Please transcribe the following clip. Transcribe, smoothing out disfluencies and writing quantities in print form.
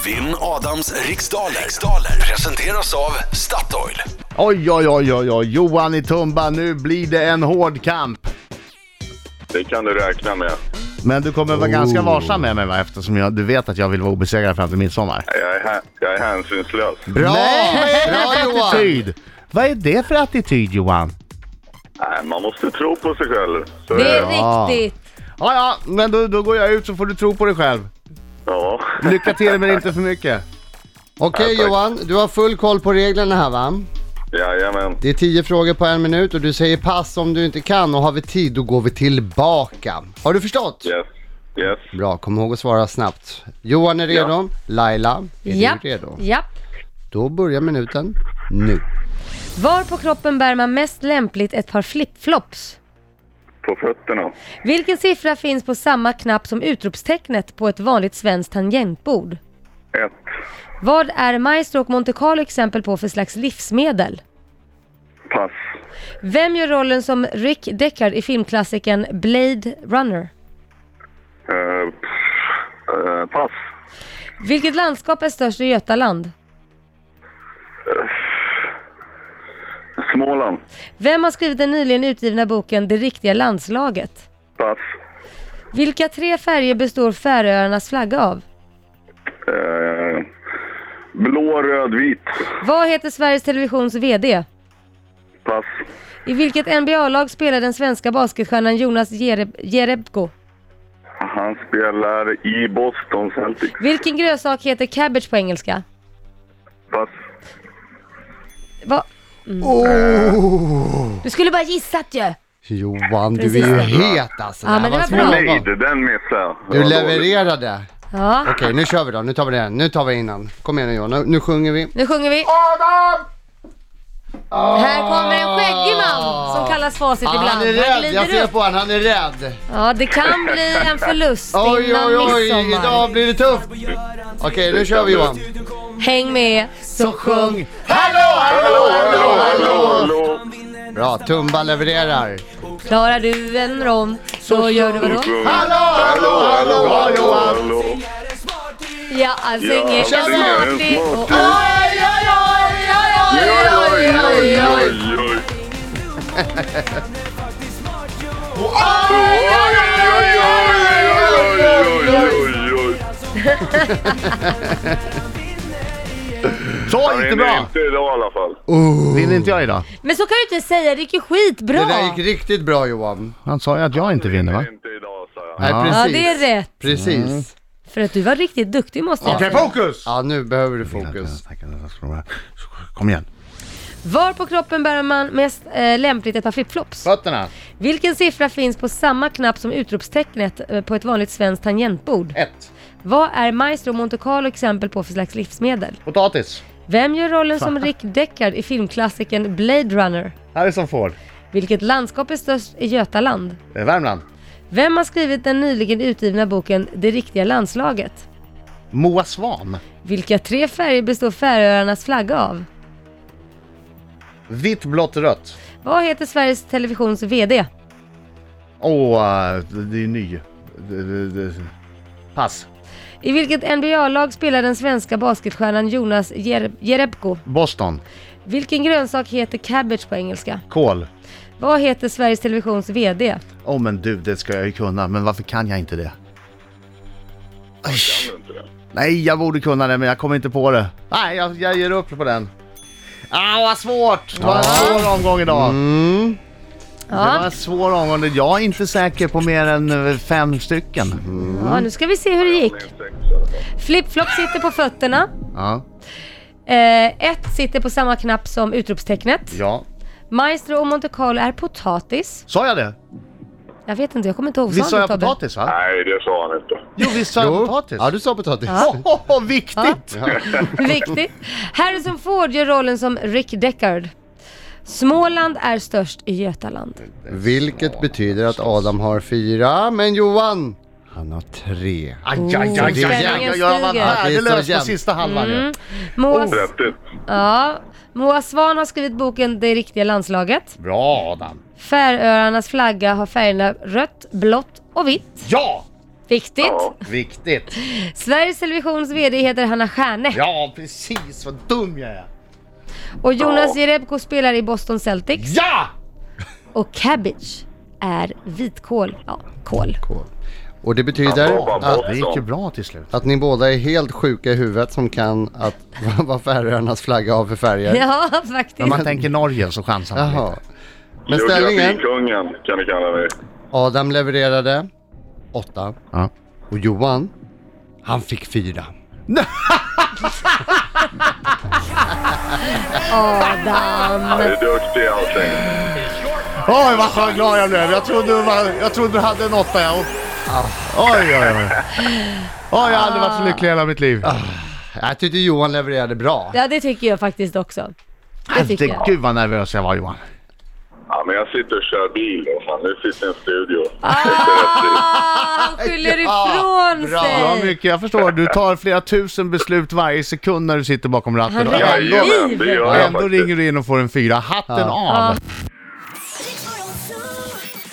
Vinn Adams riksdaler presenteras av Statoil. Oj, Johan i Tumba, nu blir det en hård kamp. Det kan du räkna med. Men du kommer vara ganska varsam med mig, va? Eftersom du vet att jag vill vara obesegrad fram till midsommar. Jag är hänsynslös. Bra! Bra Johan! Attityd. Vad är det för attityd, Johan? Nej, man måste tro på sig själv. Så Det är riktigt. Ja, men då går jag ut så får du tro på dig själv. Ja. Lycka till, men inte för mycket. Okej, Johan, du har full koll på reglerna här, va? Jajamän. Det är 10 frågor på 1 minut och du säger pass om du inte kan, och har vi tid då går vi tillbaka. Har du förstått? Yes. Bra, kom ihåg att svara snabbt. Johan är redo. Ja. Laila, är Japp. du redo? Japp. Då börjar minuten nu. Var på kroppen bär man mest lämpligt ett par flipflops? På fötterna. Vilken siffra finns på samma knapp som utropstecknet på ett vanligt svenskt tangentbord? 1. Vad är Maestro och Monte Carlo exempel på för slags livsmedel? Pass. Vem gör rollen som Rick Deckard i filmklassikern Blade Runner? Pass. Vilket landskap är störst i Götaland? Småland. Vem har skrivit den nyligen utgivna boken Det riktiga landslaget? Pass. Vilka 3 färger består Färöarnas flagga av? Blå, röd, vit. Vad heter Sveriges Televisions VD? Pass. I vilket NBA-lag spelar den svenska basketstjärnan Jonas Jerebko? Han spelar i Boston Celtics. Vilken grönsak heter cabbage på engelska? Pass. Du skulle bara gissat ju. Johan, du Precis är ju det. het alltså. Ja, men det var bra. Nej, den missade jag. Du levererade. Ja, Okej, nu kör vi då. Nu tar vi det. Nu tar vi innan. Kom igen nu, Johan. Nu sjunger vi. nu sjunger vi. Här kommer en skäggig man som kallas facit ibland. Han är rädd, jag ser på han är rädd. Ja, det kan bli en förlust Oj, innan midsommar. idag blir det tufft. Okej, nu kör vi Johan. Häng med. Så sjung. Hallå. Bra, Tumba levererar. Klarar du en rond så gör du vadå? Hallå, Hallå. Ja, jag synger en smarty. Och Så gick det bra. Inte idag i alla fall. Vinner inte jag idag? Men så kan du inte säga, det gick ju skitbra. Det där gick riktigt bra Johan. Han sa ju att jag inte vinner, va? Inte idag, sa jag. Nej, Ja. precis. Ja, det är rätt. Precis. För att du var riktigt duktig måste jag Okej, säga. fokus! Ja, nu behöver du fokus. Kom igen. Var på kroppen bär man mest lämpligt ett par flipflops? Fötterna. Vilken siffra finns på samma knapp som utropstecknet på ett vanligt svenskt tangentbord? 1. Vad är Maestro och Monte Carlo exempel på för slags livsmedel? Potatis. Vem gör rollen som Rick Deckard i filmklassikern Blade Runner? Harrison Ford. Vilket landskap är störst i Götaland? Värmland. Vem har skrivit den nyligen utgivna boken Det riktiga landslaget? Moa Svan. Vilka 3 färger består Färöarnas flagga av? Vitt, blått, rött. Vad heter Sveriges Televisions VD? Det är ny. Pass. I vilket NBA-lag spelar den svenska basketstjärnan Jonas Jerebko? Boston. Vilken grönsak heter cabbage på engelska? Kål. Vad heter Sveriges Televisions VD? Men du, det ska jag ju kunna. Men varför kan jag inte det? Nej, jag borde kunna det, men jag kommer inte på det. Nej, jag ger upp på den. Vad svårt! Det var en svår omgång idag. Det var en svår omgång. Jag är inte säker på mer än 5 stycken. Ja, nu ska vi se hur det gick. Flipflop sitter på fötterna. Ja. 1 sitter på samma knapp som utropstecknet. Ja. Maestro och Monte Carlo är potatis. Sa jag det? Jag vet inte, jag kommer inte ihåg. Visst sa jag potatis, va? Nej, det sa han inte. Jo, visst sa jag potatis. Ja, du sa potatis. Viktigt! Viktigt. Harrison Ford gör rollen som Rick Deckard. Småland är störst i Götaland. Vilket betyder att Adam har 4, men Johan, han har 3. Jag var värdelös på sista halvan. Moa Svan har skrivit boken Det riktiga landslaget. Bra, Adam. Färöarnas flagga har färgerna rött, blått och vitt. Ja! Viktigt. Ja. Viktigt. Sveriges Televisions VD heter Hanna Stjärne. Ja, precis. Vad dum jag är. Och Jonas Jerebko spelar i Boston Celtics. Ja! Och cabbage är vitkål. Ja, kål. Och det betyder Det gick ju bra till slut. att ni båda är helt sjuka i huvudet som kan att vad Färöarnas flagga har för färger. Ja, När faktiskt. man tänker Norge så chansar man Jaha. lite. Men ställningen, Geografikungen kan ni kalla mig. Adam levererade 8 Ja. och Johan, han fick 4. Adam. Jag är duktig i allting. Oj, vad så glad jag blev. Jag trodde du hade en 8. Ja. Oj. Oj, jag har aldrig varit så lycklig i hela mitt liv. Jag tyckte Johan levererade bra. Ja, det tycker jag faktiskt också. Det tycker jag. Gud vad nervös jag var, Johan. Ja, men jag sitter och kör bil och fan, nu sitter jag i en studio. Han skyller ifrån bra. sig. Ja, mycket. Jag förstår. Du tar flera tusen beslut varje sekund när du sitter bakom ratten. Han Och räddar Jajamän, det liv. gör jag ändå faktiskt. ringer du in och får en 4. Hatten av. Ja. Riks Morgonzoo.